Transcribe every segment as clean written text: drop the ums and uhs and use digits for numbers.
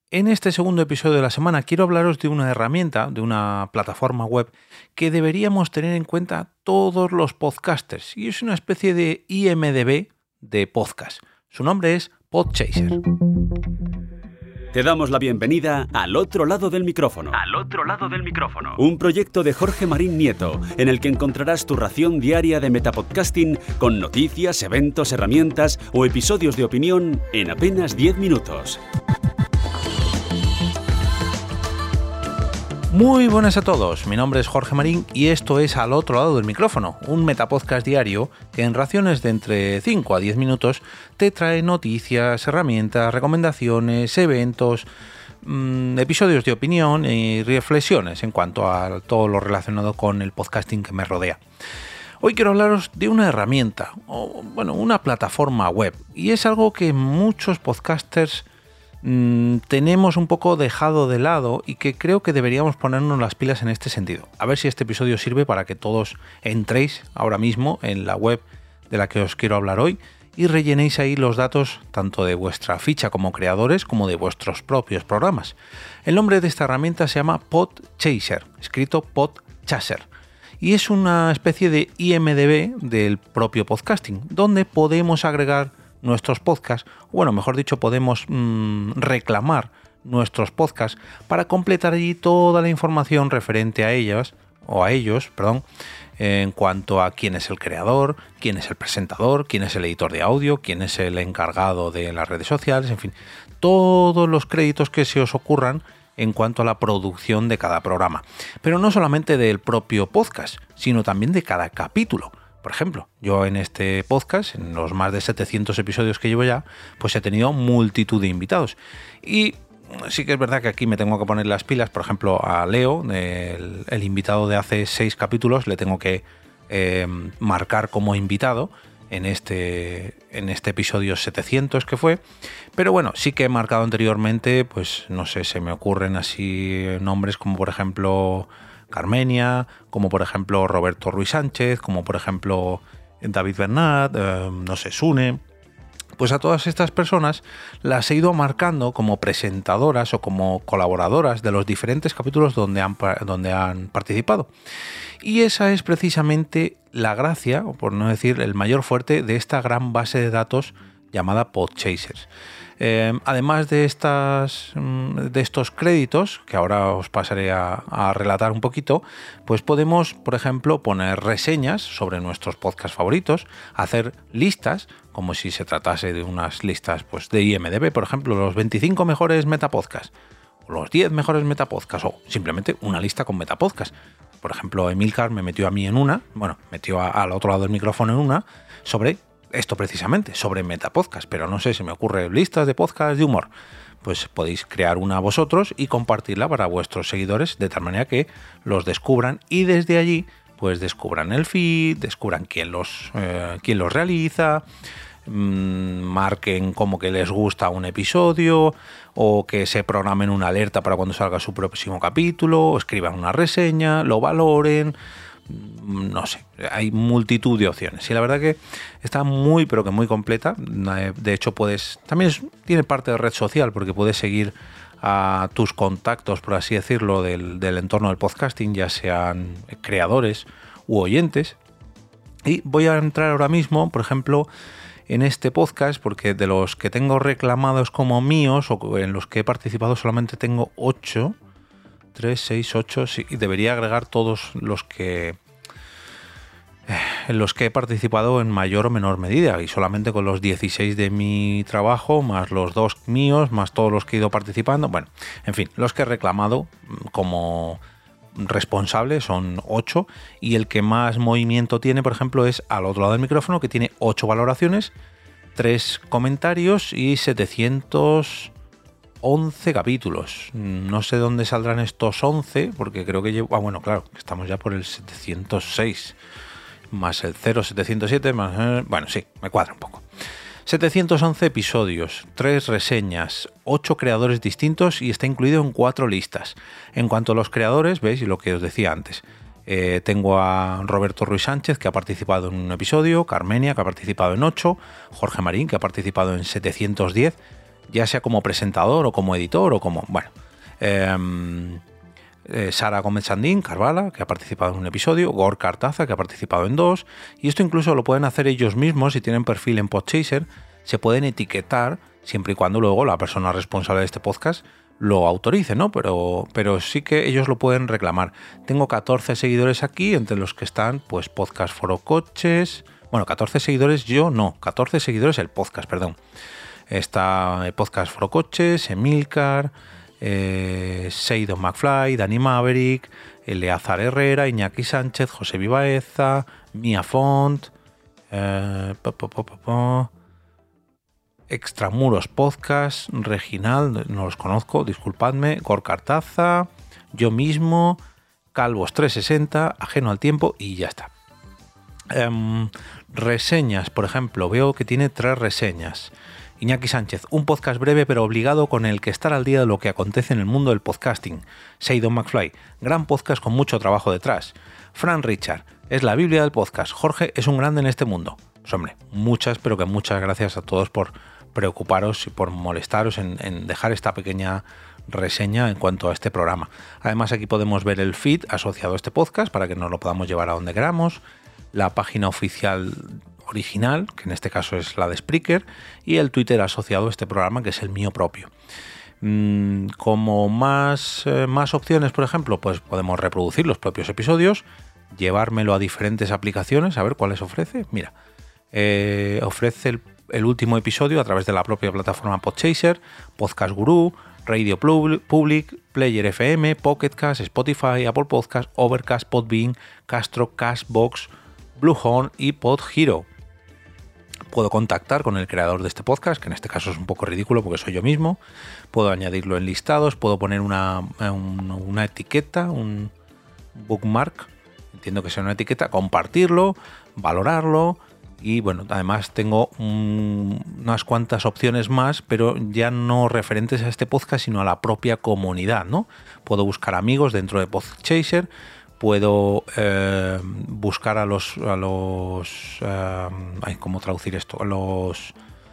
En este segundo episodio de la semana quiero hablaros de una herramienta, de una plataforma web que deberíamos tener en cuenta todos los podcasters, y es una especie de IMDb de podcast. Su nombre es Podchaser. Te damos la bienvenida al otro lado del micrófono. Al otro lado del micrófono. Un proyecto de Jorge Marín Nieto, en el que encontrarás tu ración diaria de metapodcasting con noticias, eventos, herramientas o episodios de opinión en apenas 10 minutos. Muy buenas a todos, mi nombre es Jorge Marín y esto es Al otro lado del micrófono, un metapodcast diario que en raciones de entre 5 a 10 minutos te trae noticias, herramientas, recomendaciones, eventos, episodios de opinión y reflexiones en cuanto a todo lo relacionado con el podcasting que me rodea. Hoy quiero hablaros de una herramienta, una plataforma web, y es algo que muchos podcasters tenemos un poco dejado de lado y que creo que deberíamos ponernos las pilas en este sentido. A ver si este episodio sirve para que todos entréis ahora mismo en la web de la que os quiero hablar hoy y rellenéis ahí los datos tanto de vuestra ficha como creadores como de vuestros propios programas. El nombre de esta herramienta se llama Podchaser, escrito Podchaser, y es una especie de IMDb del propio podcasting, donde podemos agregar nuestros podcasts, mejor dicho, podemos reclamar nuestros podcasts para completar allí toda la información referente a ellos, en cuanto a quién es el creador, quién es el presentador, quién es el editor de audio, quién es el encargado de las redes sociales, en fin, todos los créditos que se os ocurran en cuanto a la producción de cada programa. Pero no solamente del propio podcast, sino también de cada capítulo. Por ejemplo, yo en este podcast, en los más de 700 episodios que llevo ya, pues he tenido multitud de invitados. Y sí que es verdad que aquí me tengo que poner las pilas. Por ejemplo, a Leo, el invitado de hace 6 capítulos, le tengo que marcar como invitado en este episodio 700 que fue. Pero bueno, sí que he marcado anteriormente, pues no sé, se me ocurren así nombres como por ejemplo Carmenia, como por ejemplo Roberto Ruiz Sánchez, como por ejemplo David Bernat, Sune. Pues a todas estas personas las he ido marcando como presentadoras o como colaboradoras de los diferentes capítulos donde han participado. Y esa es precisamente la gracia, o por no decir el mayor fuerte, de esta gran base de datos llamada Podchasers. Además de estos créditos, que ahora os pasaré a relatar un poquito, pues podemos, por ejemplo, poner reseñas sobre nuestros podcasts favoritos, hacer listas, como si se tratase de unas listas pues, de IMDb, por ejemplo, los 25 mejores metapodcasts, o los 10 mejores metapodcasts, o simplemente una lista con metapodcasts. Por ejemplo, Emilcar me metió a mí en una, metió al otro lado del micrófono en una, sobre esto precisamente, sobre metapodcast, pero no sé, se me ocurre listas de podcast de humor. Pues podéis crear una vosotros y compartirla para vuestros seguidores de tal manera que los descubran y desde allí pues descubran el feed, descubran quién los realiza, marquen como que les gusta un episodio o que se programen una alerta para cuando salga su próximo capítulo, o escriban una reseña, lo valoren. No sé, hay multitud de opciones y la verdad que está muy pero que muy completa. De hecho tiene parte de red social porque puedes seguir a tus contactos, por así decirlo, del entorno del podcasting, ya sean creadores u oyentes. Y voy a entrar ahora mismo, por ejemplo, en este podcast, porque de los que tengo reclamados como míos o en los que he participado solamente tengo 8. 3, 6, 8, sí, y debería agregar todos en los que he participado en mayor o menor medida, y solamente con los 16 de mi trabajo, más los 2 míos, más todos los que he ido participando, en fin, los que he reclamado como responsable son 8, y el que más movimiento tiene, por ejemplo, es Al otro lado del micrófono, que tiene 8 valoraciones, 3 comentarios y 711 capítulos. No sé dónde saldrán estos 11, porque creo que llevo... claro, estamos ya por el 706, más el 0707, más... sí, me cuadra un poco. 711 episodios, 3 reseñas, 8 creadores distintos y está incluido en 4 listas. En cuanto a los creadores, veis lo que os decía antes. Tengo a Roberto Ruiz Sánchez, que ha participado en un episodio, Carmenia, que ha participado en 8, Jorge Marín, que ha participado en 710, ya sea como presentador o como editor o como... Bueno, Sara Gómez Sandín, Carvala, que ha participado en un episodio, Gorka Artaza, que ha participado en 2, y esto incluso lo pueden hacer ellos mismos si tienen perfil en Podchaser, se pueden etiquetar siempre y cuando luego la persona responsable de este podcast lo autorice, ¿no? Pero sí que ellos lo pueden reclamar. Tengo 14 seguidores aquí, entre los que están, pues, Podcast Foro Coches. Bueno, 14 seguidores yo no, 14 seguidores el podcast, perdón. Está el Podcast Foro Coches, Emilcar, Seidon McFly, Dani Maverick, Eleazar Herrera, Iñaki Sánchez, José Vivaeza, Mia Font, Extramuros Podcast, Reginal, no los conozco, disculpadme, Gorka Artaza, yo mismo, Calvos 360, Ajeno al Tiempo y ya está. Reseñas, por ejemplo, veo que tiene 3 reseñas. Iñaki Sánchez, un podcast breve pero obligado con el que estar al día de lo que acontece en el mundo del podcasting. Seidon McFly, gran podcast con mucho trabajo detrás. Fran Richard, es la Biblia del podcast. Jorge es un grande en este mundo. Pues hombre, muchas gracias a todos por preocuparos y por molestaros en dejar esta pequeña reseña en cuanto a este programa. Además, aquí podemos ver el feed asociado a este podcast para que nos lo podamos llevar a donde queramos, la página oficial original, que en este caso es la de Spreaker, y el Twitter asociado a este programa, que es el mío propio. Como más opciones, por ejemplo, pues podemos reproducir los propios episodios, llevármelo a diferentes aplicaciones, a ver cuáles ofrece. Mira, ofrece el último episodio a través de la propia plataforma Podchaser, Podcast Guru, Radio Public, Player FM, Pocket Cast, Spotify, Apple Podcast, Overcast, Podbean, Castro, Castbox, Bluehorn y Podhero. Puedo contactar con el creador de este podcast, que en este caso es un poco ridículo porque soy yo mismo. Puedo añadirlo en listados, puedo poner una etiqueta, un bookmark, entiendo que sea una etiqueta, compartirlo, valorarlo. Y bueno, además tengo unas cuantas opciones más, pero ya no referentes a este podcast, sino a la propia comunidad, ¿no? Puedo buscar amigos dentro de Podchaser, puedo buscar a los ¿cómo traducir esto? A los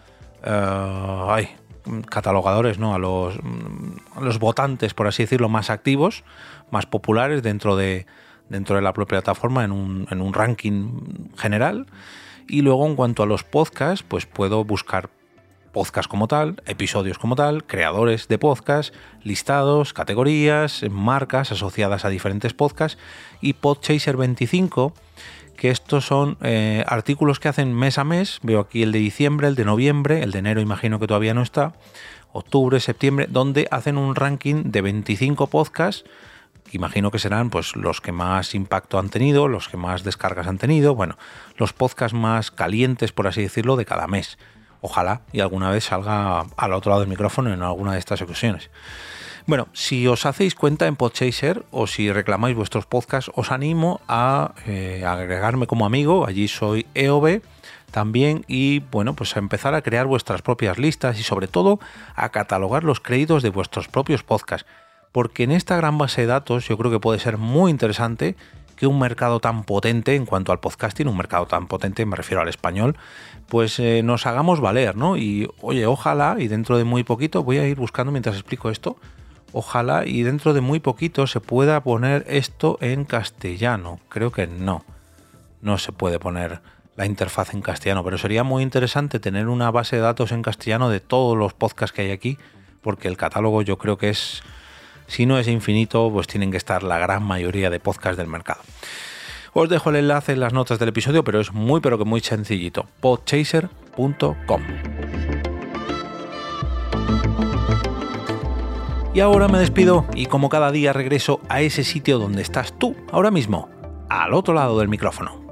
catalogadores, ¿no? A los votantes, por así decirlo, más activos, más populares dentro de la propia plataforma en un ranking general. Y luego, en cuanto a los podcasts, pues puedo buscar podcast como tal, episodios como tal, creadores de podcast, listados, categorías, marcas asociadas a diferentes podcasts y Podchaser 25, que estos son artículos que hacen mes a mes. Veo aquí el de diciembre, el de noviembre, el de enero imagino que todavía no está, octubre, septiembre, donde hacen un ranking de 25 podcasts. Imagino que serán pues los que más impacto han tenido, los que más descargas han tenido, bueno, los podcasts más calientes, por así decirlo, de cada mes. Ojalá y alguna vez salga al otro lado del micrófono en alguna de estas ocasiones. Bueno, si os hacéis cuenta en Podchaser o si reclamáis vuestros podcasts, os animo a agregarme como amigo. Allí soy EOB también y bueno, pues a empezar a crear vuestras propias listas y sobre todo a catalogar los créditos de vuestros propios podcasts. Porque en esta gran base de datos yo creo que puede ser muy interesante que un mercado tan potente en cuanto al podcasting, un mercado tan potente, me refiero al español, pues nos hagamos valer, ¿no? Y oye, ojalá, y dentro de muy poquito, voy a ir buscando mientras explico esto, ojalá y dentro de muy poquito se pueda poner esto en castellano. Creo que no se puede poner la interfaz en castellano, pero sería muy interesante tener una base de datos en castellano de todos los podcasts que hay aquí, porque el catálogo yo creo que es... Si no es infinito, pues tienen que estar la gran mayoría de podcasts del mercado. Os dejo el enlace en las notas del episodio, pero es muy sencillito. Podchaser.com. Y ahora me despido y como cada día regreso a ese sitio donde estás tú, ahora mismo, al otro lado del micrófono.